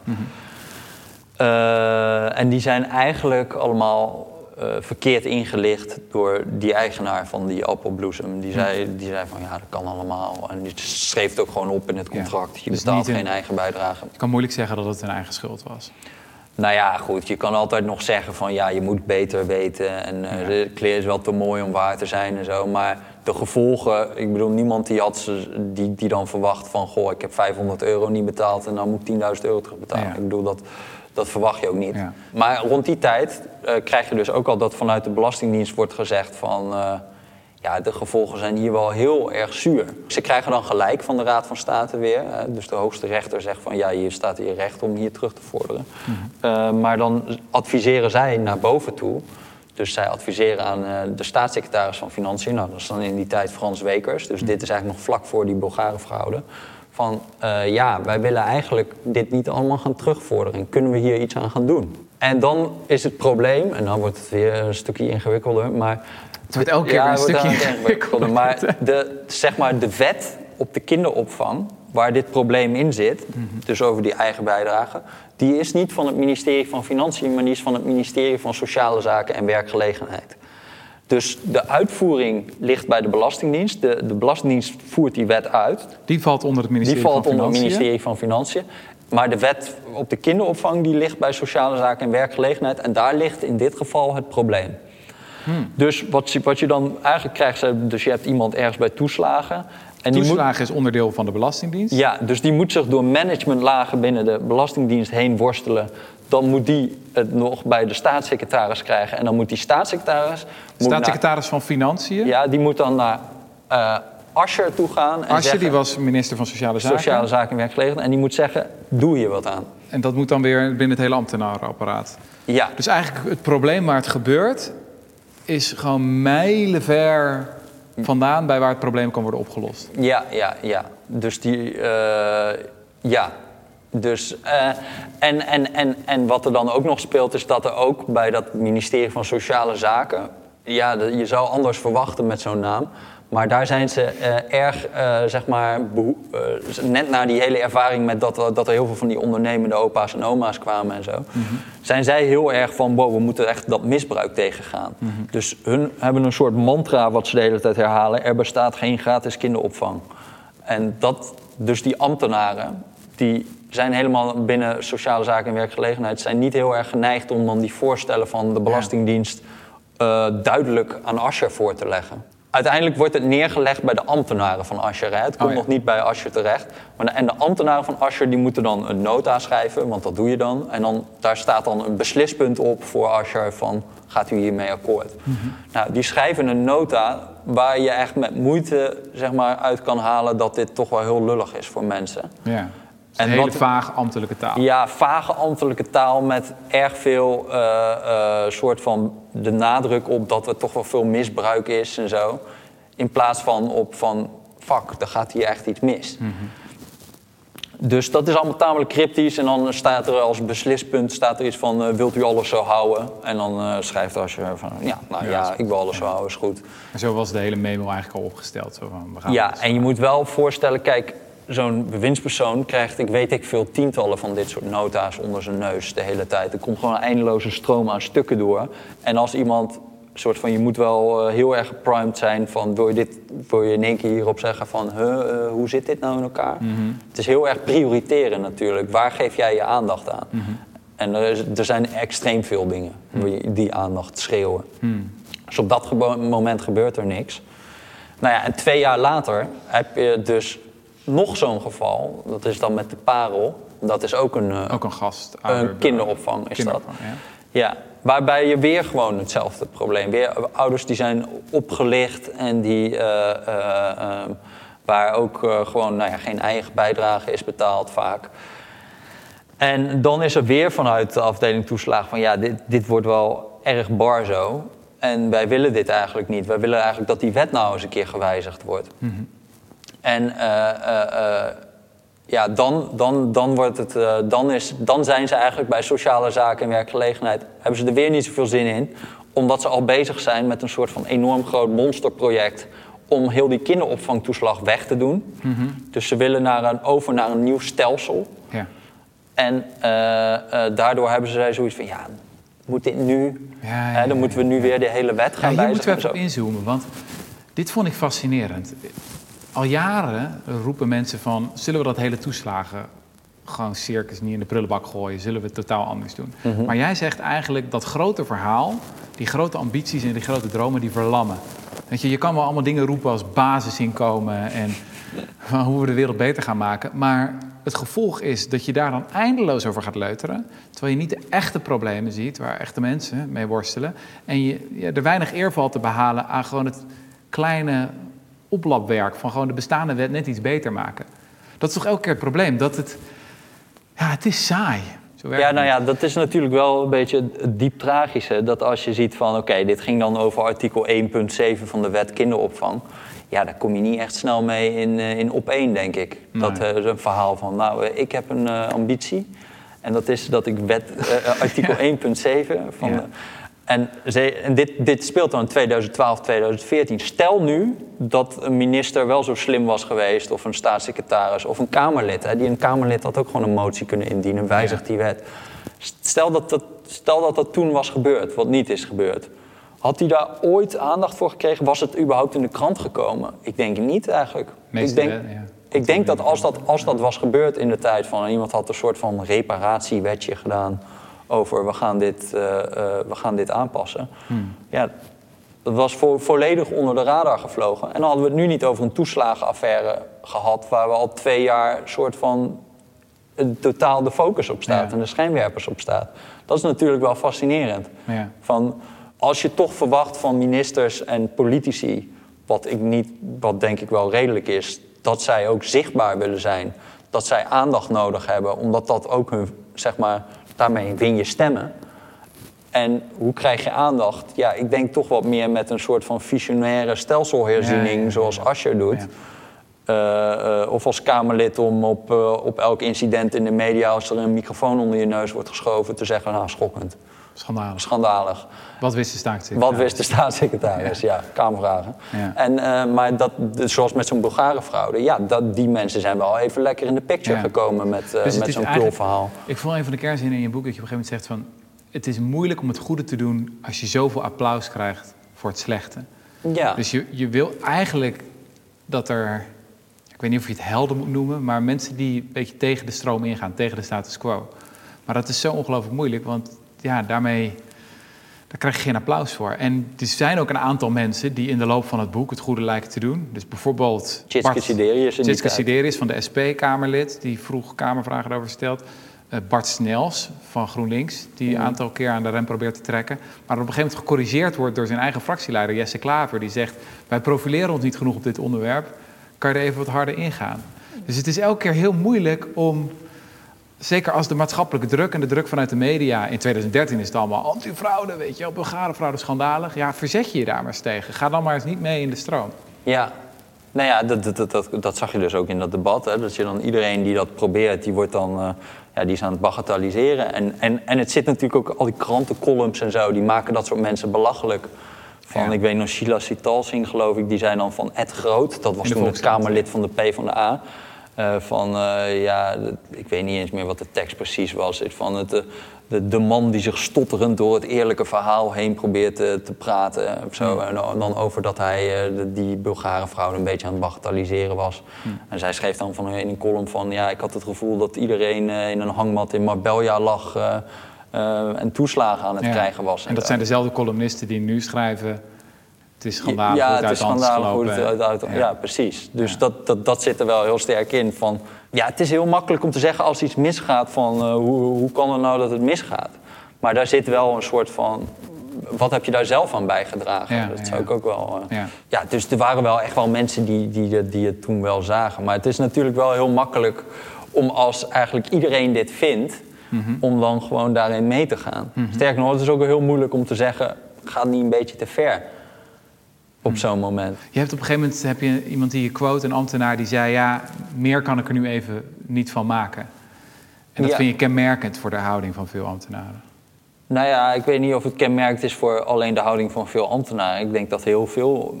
En die zijn eigenlijk allemaal verkeerd ingelicht door die eigenaar van die appelbloesem. Die zei van ja, dat kan allemaal. En die schreef het ook gewoon op in het contract. Je betaalt geen eigen bijdrage. Je kan moeilijk zeggen dat het een eigen schuld was. Nou ja, goed, je kan altijd nog zeggen van ja, je moet beter weten. En de kleer is wel te mooi om waar te zijn en zo. Maar de gevolgen, ik bedoel, niemand die dan verwacht van goh, ik heb €500 niet betaald en dan moet ik €10.000 terugbetalen. Ja. Ik bedoel, dat verwacht je ook niet. Ja. Maar rond die tijd krijg je dus ook al dat vanuit de Belastingdienst wordt gezegd van... de gevolgen zijn hier wel heel erg zuur. Ze krijgen dan gelijk van de Raad van State weer. Dus de hoogste rechter zegt van ja, hier staat hier recht om hier terug te vorderen. Maar dan adviseren zij naar boven toe. Dus zij adviseren aan de staatssecretaris van Financiën. Nou, dat is dan in die tijd Frans Wekers. Dus dit is eigenlijk nog vlak voor die Bulgaren fraude. Van wij willen eigenlijk dit niet allemaal gaan terugvorderen. Kunnen we hier iets aan gaan doen? En dan is het probleem, en dan wordt het weer een stukje ingewikkelder, maar... Het wordt elke keer een stukje ingewikkelder. Maar de wet op de kinderopvang, waar dit probleem in zit, dus over die eigen bijdrage, die is niet van het ministerie van Financiën, maar die is van het ministerie van Sociale Zaken en Werkgelegenheid. Dus de uitvoering ligt bij de Belastingdienst. De Belastingdienst voert die wet uit. Die valt onder het ministerie van Financiën. Maar de wet op de kinderopvang die ligt bij Sociale Zaken en Werkgelegenheid. En daar ligt in dit geval het probleem. Dus wat je dan eigenlijk krijgt, dus je hebt iemand ergens bij toeslagen. En toeslagen is onderdeel van de Belastingdienst? Ja, dus die moet zich door managementlagen binnen de Belastingdienst heen worstelen. Dan moet die het nog bij de staatssecretaris krijgen. En dan moet die staatssecretaris... Staatssecretaris van Financiën? Ja, die moet dan naar Asscher toe gaan. Asscher, die was minister van Sociale Zaken? Sociale Zaken en Werkgelegenheid. En die moet zeggen, doe hier wat aan. En dat moet dan weer binnen het hele ambtenarenapparaat? Ja. Dus eigenlijk het probleem waar het gebeurt... is gewoon mijlenver vandaan bij waar het probleem kan worden opgelost. Ja. Dus die... Dus, en wat er dan ook nog speelt, is dat er ook bij dat ministerie van Sociale Zaken... Ja, je zou anders verwachten met zo'n naam. Maar daar zijn ze erg, net na die hele ervaring met dat er heel veel van die ondernemende opa's en oma's kwamen en zo... zijn zij heel erg van, we moeten echt dat misbruik tegengaan. Dus hun hebben een soort mantra wat ze de hele tijd herhalen. Er bestaat geen gratis kinderopvang. En dus die ambtenaren, die zijn helemaal binnen Sociale Zaken en Werkgelegenheid... zijn niet heel erg geneigd om dan die voorstellen van de Belastingdienst... duidelijk aan Asscher voor te leggen. uiteindelijk wordt het neergelegd bij de ambtenaren van Asscher. Hè? Het komt nog niet bij Asscher terecht. En de ambtenaren van Asscher die moeten dan een nota schrijven, want dat doe je dan. En dan, daar staat dan een beslispunt op voor Asscher van, gaat u hiermee akkoord? Nou, die schrijven een nota waar je echt met moeite zeg maar, uit kan halen dat dit toch wel heel lullig is voor mensen. Ja. En hele vage ambtelijke taal. Ja, vage ambtelijke taal met erg veel soort van de nadruk op dat er toch wel veel misbruik is en zo. In plaats van op van, fuck, er gaat hier echt iets mis. Dus dat is allemaal tamelijk cryptisch. En dan staat er als beslispunt staat er iets van, wilt u alles zo houden? En dan schrijft als je van, ik wil alles zo houden, is goed. En zo was de hele memo eigenlijk al opgesteld. Zo van, we gaan ja, en je moet wel voorstellen, kijk, zo'n bewindspersoon krijgt, ik veel tientallen van dit soort nota's onder zijn neus de hele tijd. Er komt gewoon een eindeloze stroom aan stukken door. En als iemand soort van, je moet wel heel erg geprimed zijn van, wil je in één keer hierop zeggen van, hoe zit dit nou in elkaar? Het is heel erg prioriteren natuurlijk. Waar geef jij je aandacht aan? En er zijn extreem veel dingen die aandacht schreeuwen. Dus op dat moment gebeurt er niks. Nou ja, en 2 jaar later heb je dus nog zo'n geval. Dat is dan met de Parel. Dat is ook een gast. Een kinderopvang is dat. Ja, waarbij je weer gewoon hetzelfde probleem. Weer ouders die zijn opgelicht en die waar ook gewoon geen eigen bijdrage is betaald vaak. En dan is er weer vanuit de afdeling toeslagen van ja, dit wordt wel erg bar zo. En wij willen dit eigenlijk niet. Wij willen eigenlijk dat die wet nou eens een keer gewijzigd wordt. En dan zijn ze eigenlijk bij sociale zaken en werkgelegenheid, hebben ze er weer niet zoveel zin in, omdat ze al bezig zijn met een soort van enorm groot monsterproject om heel die kinderopvangtoeslag weg te doen. Dus ze willen over naar een nieuw stelsel. Ja. En daardoor hebben ze zoiets van, ja, moet dit nu? Dan moeten we nu weer de hele wet gaan wijzigen. Hier moeten we even op inzoomen, want dit vond ik fascinerend. Al jaren roepen mensen van, zullen we dat hele toeslagen gewoon circus niet in de prullenbak gooien? Zullen we het totaal anders doen? Maar jij zegt eigenlijk dat grote verhaal, die grote ambities en die grote dromen, die verlammen. Weet je kan wel allemaal dingen roepen als basisinkomen en van hoe we de wereld beter gaan maken. Maar het gevolg is dat je daar dan eindeloos over gaat leuteren, terwijl je niet de echte problemen ziet waar echte mensen mee worstelen. En je er weinig eer valt te behalen aan gewoon het kleine oplapwerk van gewoon de bestaande wet net iets beter maken. Dat is toch elke keer het probleem, dat het is saai. Dat is natuurlijk wel een beetje het diep tragische, dat als je ziet van, oké, dit ging dan over artikel 1.7 van de wet kinderopvang. Ja, daar kom je niet echt snel mee in op één, denk ik. Nee. Dat is een verhaal van, ik heb een ambitie. En dat is dat ik artikel 1.7 van... Ja. En dit speelt dan in 2012, 2014. Stel nu dat een minister wel zo slim was geweest, of een staatssecretaris, of een Kamerlid. Een Kamerlid had ook gewoon een motie kunnen indienen, wijzigt die wet. Stel dat toen was gebeurd, wat niet is gebeurd. Had hij daar ooit aandacht voor gekregen? Was het überhaupt in de krant gekomen? Ik denk niet eigenlijk. Ik denk dat als dat was gebeurd in de tijd van iemand had een soort van reparatiewetje gedaan over we gaan dit aanpassen. Ja, dat was volledig onder de radar gevlogen. En dan hadden we het nu niet over een toeslagenaffaire gehad waar we al 2 jaar soort van totaal de focus op staat en de schijnwerpers op staat. Dat is natuurlijk wel fascinerend. Ja. Van, als je toch verwacht van ministers en politici, wat denk ik wel redelijk is, dat zij ook zichtbaar willen zijn, dat zij aandacht nodig hebben, omdat dat ook hun, zeg maar, daarmee win je stemmen. En hoe krijg je aandacht? Ja, ik denk toch wat meer met een soort van visionaire stelselherziening, zoals Asscher doet. Ja. Of als Kamerlid om op elk incident in de media, als er een microfoon onder je neus wordt geschoven, te zeggen, schokkend. Schandalig. Wat wist de staatssecretaris? Ja, Kamervragen. Ja. Maar zoals met zo'n Bulgarenfraude, die mensen zijn wel even lekker in de picture gekomen met zo'n kulverhaal. Ik vond een van de kernzinnen in je boek dat je op een gegeven moment zegt van, het is moeilijk om het goede te doen als je zoveel applaus krijgt voor het slechte. Ja. Dus je wil eigenlijk dat er, ik weet niet of je het helden moet noemen, maar mensen die een beetje tegen de stroom ingaan, tegen de status quo. Maar dat is zo ongelooflijk moeilijk, want daarmee daar krijg je geen applaus voor. En er zijn ook een aantal mensen die in de loop van het boek het goede lijken te doen. Dus bijvoorbeeld Tjitske Siderius van de SP-Kamerlid, die vroeg Kamervragen erover stelt. Bart Snels van GroenLinks, die een aantal keer aan de rem probeert te trekken. Maar op een gegeven moment gecorrigeerd wordt door zijn eigen fractieleider Jesse Klaver. Die zegt, wij profileren ons niet genoeg op dit onderwerp. Kan je er even wat harder ingaan? Dus het is elke keer heel moeilijk om, zeker als de maatschappelijke druk en de druk vanuit de media, in 2013 is het allemaal anti-fraude, weet je wel, Bulgarenfraude schandalig. Ja, verzet je daar maar eens tegen. Ga dan maar eens niet mee in de stroom. Ja, nou ja, dat zag je dus ook in dat debat. Hè? Dat je dan iedereen die dat probeert, die wordt dan die is aan het bagatelliseren. En het zit natuurlijk ook, al die krantencolumns en zo, die maken dat soort mensen belachelijk. Van, ik weet nog, Sheila Sitalsing, geloof ik, die zei dan van Ed Groot. Dat was toen het Kamerlid van de PvdA. Ik weet niet eens meer wat de tekst precies was. Van de man die zich stotterend door het eerlijke verhaal heen probeert te praten. Of zo. En dan over dat hij die Bulgarenfraude een beetje aan het bagatelliseren was. En zij schreef dan in een column van, ik had het gevoel dat iedereen in een hangmat in Marbella lag en toeslagen aan het krijgen was. En dat zijn dezelfde columnisten die nu schrijven, het is schandalig hoe het uit de hand is gelopen. Ja, precies. Dus dat zit er wel heel sterk in. Van, het is heel makkelijk om te zeggen als iets misgaat van hoe kan het nou dat het misgaat? Maar daar zit wel een soort van, wat heb je daar zelf aan bijgedragen? Dat zou ik ook wel. Dus er waren wel echt wel mensen die het toen wel zagen. Maar het is natuurlijk wel heel makkelijk om als eigenlijk iedereen dit vindt, om dan gewoon daarin mee te gaan. Sterker nog, het is ook heel moeilijk om te zeggen, gaat niet een beetje te ver op zo'n moment. Je hebt op een gegeven moment iemand die je quote, een ambtenaar, die zei, meer kan ik er nu even niet van maken. En dat vind je kenmerkend voor de houding van veel ambtenaren. Nou ja, ik weet niet of het kenmerkend is voor alleen de houding van veel ambtenaren. Ik denk dat heel veel,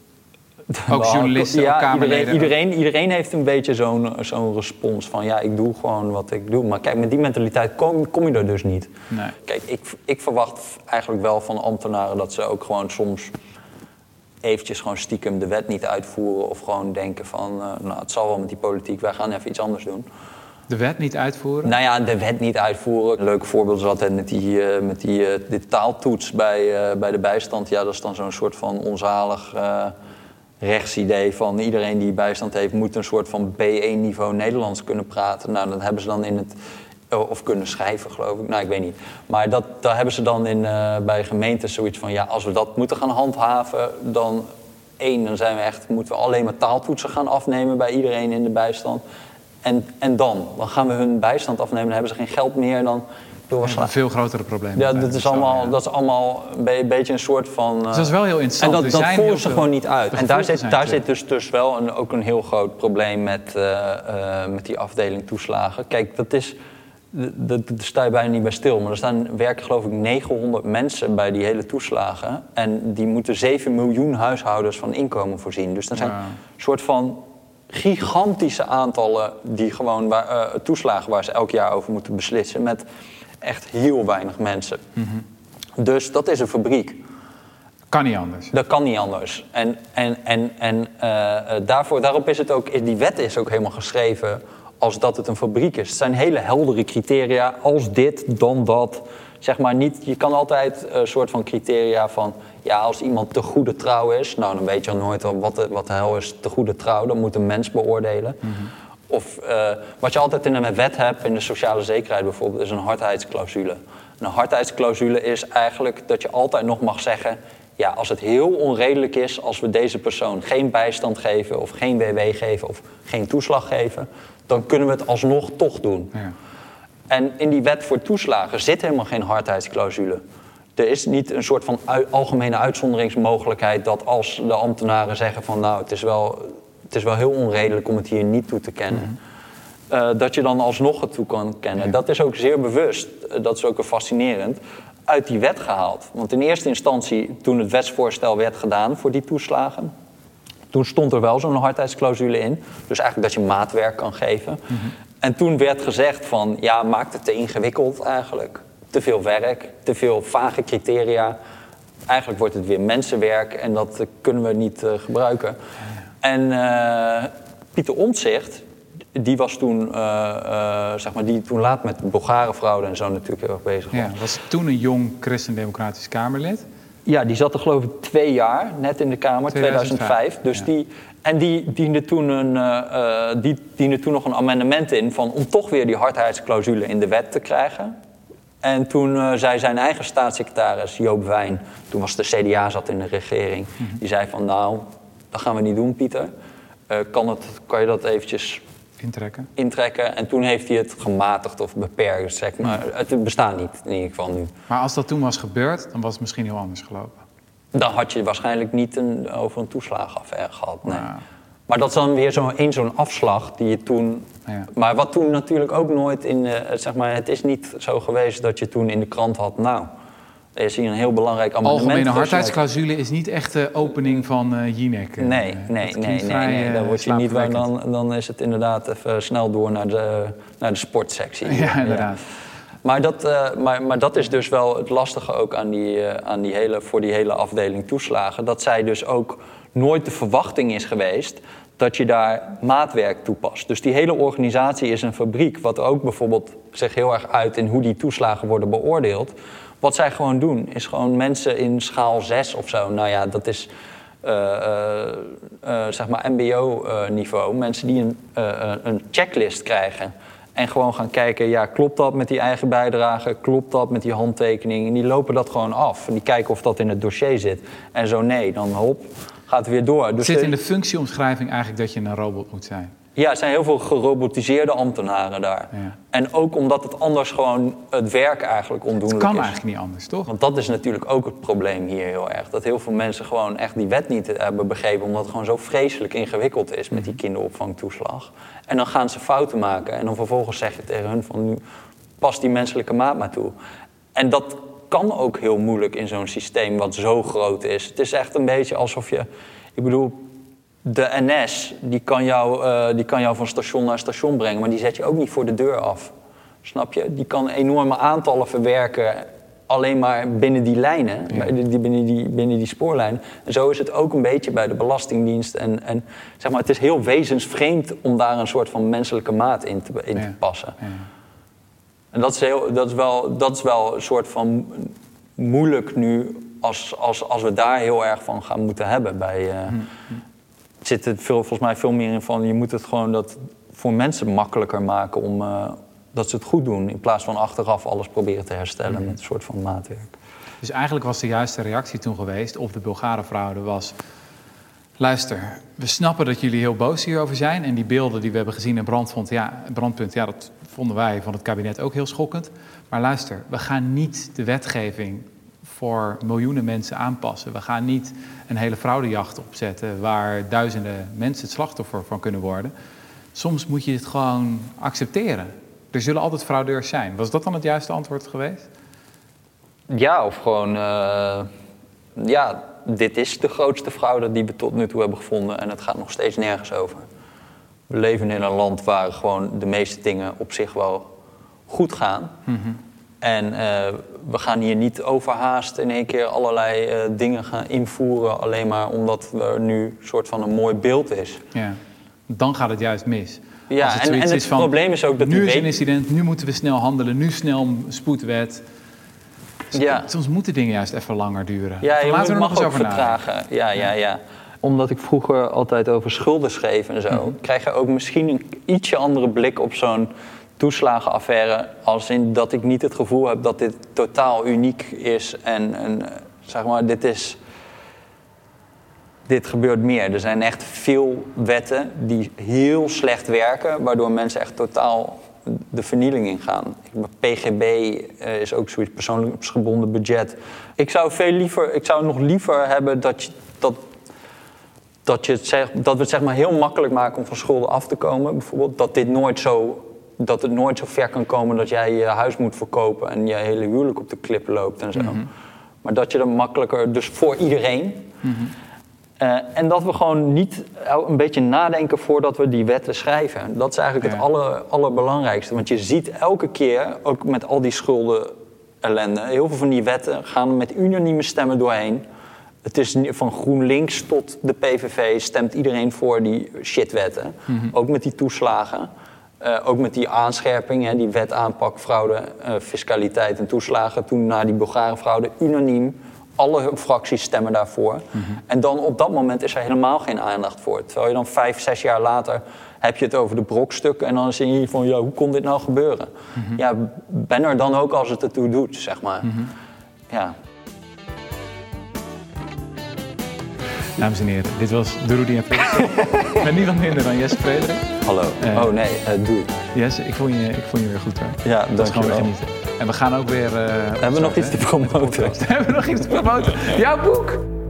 ook journalisten, ook Kamerleden. Iedereen heeft een beetje zo'n respons van, ik doe gewoon wat ik doe. Maar kijk, met die mentaliteit kom je er dus niet. Nee. Kijk, ik verwacht eigenlijk wel van ambtenaren dat ze ook gewoon soms eventjes gewoon stiekem de wet niet uitvoeren of gewoon denken van, het zal wel met die politiek, wij gaan even iets anders doen. De wet niet uitvoeren? Nou ja, de wet niet uitvoeren. Een leuk voorbeeld is altijd met die taaltoets bij de bijstand. Ja, dat is dan zo'n soort van onzalig rechtsidee van iedereen die bijstand heeft moet een soort van B1-niveau Nederlands kunnen praten. Nou, dat hebben ze dan in het, of kunnen schrijven, geloof ik. Nou, ik weet niet. Maar daar hebben ze dan bij gemeentes zoiets van, als we dat moeten gaan handhaven, dan moeten we alleen maar taaltoetsen gaan afnemen bij iedereen in de bijstand. En dan gaan we hun bijstand afnemen, dan hebben ze geen geld meer. Dan een veel grotere probleem. Ja, dat is allemaal een beetje een soort van. Dus dat is wel heel interessant. En dat voeren ze gewoon niet uit. En daar zit dus wel ook een heel groot probleem met die afdeling toeslagen. Kijk, daar sta je bijna niet bij stil. Maar werken geloof ik 900 mensen bij die hele toeslagen. En die moeten 7 miljoen huishoudens van inkomen voorzien. Dus dat zijn een soort van gigantische aantallen die gewoon toeslagen waar ze elk jaar over moeten beslissen. Met echt heel weinig mensen. Dus dat is een fabriek. Kan niet anders. Dat kan niet anders. En daarop is het ook, die wet is ook helemaal geschreven als dat het een fabriek is. Het zijn hele heldere criteria. Als dit, dan dat. Zeg maar niet, je kan altijd een soort van criteria van, als iemand te goede trouw is, nou dan weet je al nooit wat de hel is te goede trouw. Dan moet een mens beoordelen. Of wat je altijd in een wet hebt, in de sociale zekerheid bijvoorbeeld, is een hardheidsclausule. Een hardheidsclausule is eigenlijk dat je altijd nog mag zeggen, als het heel onredelijk is als we deze persoon geen bijstand geven of geen WW geven of geen toeslag geven, dan kunnen we het alsnog toch doen. Ja. En in die wet voor toeslagen zit helemaal geen hardheidsclausule. Er is niet een soort van algemene uitzonderingsmogelijkheid dat als de ambtenaren zeggen van het is wel heel onredelijk om het hier niet toe te kennen. Dat je dan alsnog het toe kan kennen. Ja. Dat is ook zeer bewust, dat is ook fascinerend, uit die wet gehaald. Want in eerste instantie, toen het wetsvoorstel werd gedaan voor die toeslagen, toen stond er wel zo'n hardheidsclausule in. Dus eigenlijk dat je maatwerk kan geven. En toen werd gezegd van, maakt het te ingewikkeld eigenlijk. Te veel werk, te veel vage criteria. Eigenlijk wordt het weer mensenwerk en dat kunnen we niet gebruiken. En Pieter Omtzigt, die was toen, zeg maar, die toen laat met Bulgarenfraude en zo natuurlijk heel erg bezig was. Ja, was toen een jong christendemocratisch Kamerlid. Ja, die zat er geloof ik 2 jaar net in de Kamer, 2005. Dus ja. die diende toen nog een amendement in van om toch weer die hardheidsclausule in de wet te krijgen. En toen zei zijn eigen staatssecretaris Joop Wijn, toen was de CDA zat in de regering, die zei van nou, dat gaan we niet doen, Pieter. Kan je dat eventjes intrekken? En toen heeft hij het gematigd of beperkt, zeg maar. Het bestaat niet, in ieder geval nu. Maar als dat toen was gebeurd, dan was het misschien heel anders gelopen. Dan had je waarschijnlijk niet over een toeslagenaffaire gehad, nee. Ja. Maar dat is dan weer zo'n afslag die je toen... Ja. Maar wat toen natuurlijk ook nooit zeg maar, het is niet zo geweest dat je toen in de krant had... Nou, er is hier een heel belangrijk amendement. Algemene hardheidsclausule is niet echt de opening van Jinek. Nee. Dan word je niet waar, dan is het inderdaad even snel door naar de sportsectie. Ja, inderdaad. Maar dat is dus wel het lastige ook voor die hele afdeling toeslagen. Dat zij dus ook nooit de verwachting is geweest dat je daar maatwerk toepast. Dus die hele organisatie is een fabriek, wat ook bijvoorbeeld zich heel erg uit in hoe die toeslagen worden beoordeeld. Wat zij gewoon doen, is gewoon mensen in schaal 6 of zo. Nou ja, dat is zeg maar mbo-niveau. Mensen die een checklist krijgen. En gewoon gaan kijken, ja, klopt dat met die eigen bijdrage? Klopt dat met die handtekening? En die lopen dat gewoon af. En die kijken of dat in het dossier zit. En zo nee, dan hop, gaat het weer door. Dus zit in de functieomschrijving eigenlijk dat je een robot moet zijn? Ja, er zijn heel veel gerobotiseerde ambtenaren daar. Ja. En ook omdat het anders gewoon het werk eigenlijk ondoenlijk is. Het kan eigenlijk niet anders, toch? Want dat is natuurlijk ook het probleem hier heel erg. Dat heel veel mensen gewoon echt die wet niet hebben begrepen... omdat het gewoon zo vreselijk ingewikkeld is met die kinderopvangtoeslag. En dan gaan ze fouten maken. En dan vervolgens zeg je tegen hun van... nu pas die menselijke maat maar toe. En dat kan ook heel moeilijk in zo'n systeem wat zo groot is. Het is echt een beetje alsof je... Ik bedoel... De NS, die kan jou van station naar station brengen... maar die zet je ook niet voor de deur af. Snap je? Die kan enorme aantallen verwerken... alleen maar binnen die lijnen, ja. binnen die spoorlijn. En zo is het ook een beetje bij de Belastingdienst. En zeg maar, het is heel wezensvreemd... om daar een soort van menselijke maat in te passen. Ja. En dat is wel een soort van moeilijk nu... als we daar heel erg van gaan moeten hebben bij... Het zit er volgens mij veel meer in van... je moet het gewoon dat voor mensen makkelijker maken... om dat ze het goed doen... in plaats van achteraf alles proberen te herstellen... met een soort van maatwerk. Dus eigenlijk was de juiste reactie toen geweest... op de Bulgarenfraude was... luister, we snappen dat jullie heel boos hierover zijn... en die beelden die we hebben gezien in Brandpunt... dat vonden wij van het kabinet ook heel schokkend. Maar luister, we gaan niet de wetgeving... voor miljoenen mensen aanpassen. We gaan niet een hele fraudejacht opzetten... waar duizenden mensen het slachtoffer van kunnen worden. Soms moet je het gewoon accepteren. Er zullen altijd fraudeurs zijn. Was dat dan het juiste antwoord geweest? Ja, of gewoon... dit is de grootste fraude die we tot nu toe hebben gevonden... en het gaat nog steeds nergens over. We leven in een land waar gewoon de meeste dingen op zich wel goed gaan... Mm-hmm. En we gaan hier niet overhaast in één keer allerlei dingen gaan invoeren... alleen maar omdat er nu een soort van een mooi beeld is. Ja, dan gaat het juist mis. Ja, en het probleem is ook dat... Nu is een incident, nu moeten we snel handelen, nu snel een spoedwet. Ja. Soms moeten dingen juist even langer duren. Ja, je mag ook vertragen. Ja. Omdat ik vroeger altijd over schulden schreef en zo... krijg je ook misschien een ietsje andere blik op zo'n... toeslagenaffaire, als in dat ik niet het gevoel heb dat dit totaal uniek is en zeg maar, dit gebeurt meer. Er zijn echt veel wetten die heel slecht werken, waardoor mensen echt totaal de vernieling ingaan. PGB is ook zoiets, persoonlijk gebonden budget. Ik zou nog liever hebben dat we het zeg maar heel makkelijk maken om van schulden af te komen. Bijvoorbeeld dat het nooit zo ver kan komen dat jij je huis moet verkopen... en je hele huwelijk op de klippen loopt en zo. Mm-hmm. Maar dat je er makkelijker... Dus voor iedereen. Mm-hmm. En dat we gewoon niet een beetje nadenken voordat we die wetten schrijven. Dat is eigenlijk het allerbelangrijkste. Want je ziet elke keer, ook met al die schulden ellende... heel veel van die wetten gaan met unanieme stemmen doorheen... Het is van GroenLinks tot de PVV stemt iedereen voor die shitwetten. Ook met die toeslagen. Ook met die aanscherping, die wet aanpak, fraude, fiscaliteit en toeslagen. Toen na die Bulgarenfraude unaniem. Alle fracties stemmen daarvoor. En dan op dat moment is er helemaal geen aandacht voor. Terwijl je dan 5, 6 jaar later heb je het over de brokstukken. En dan zie je van, ja, hoe kon dit nou gebeuren? Ja, ben er dan ook als het ertoe doet, zeg maar. Ja. Dames en heren, dit was de Rudy en Frederik. Met niemand minder dan Jesse Frederik. Hallo. Doei. Jesse, ik vond je weer goed, hè? Ja, dat is gewoon weer dankjewel. genieten. En we gaan ook weer... Hebben we nog iets te promoten? Hebben we nog iets te promoten? Jouw boek!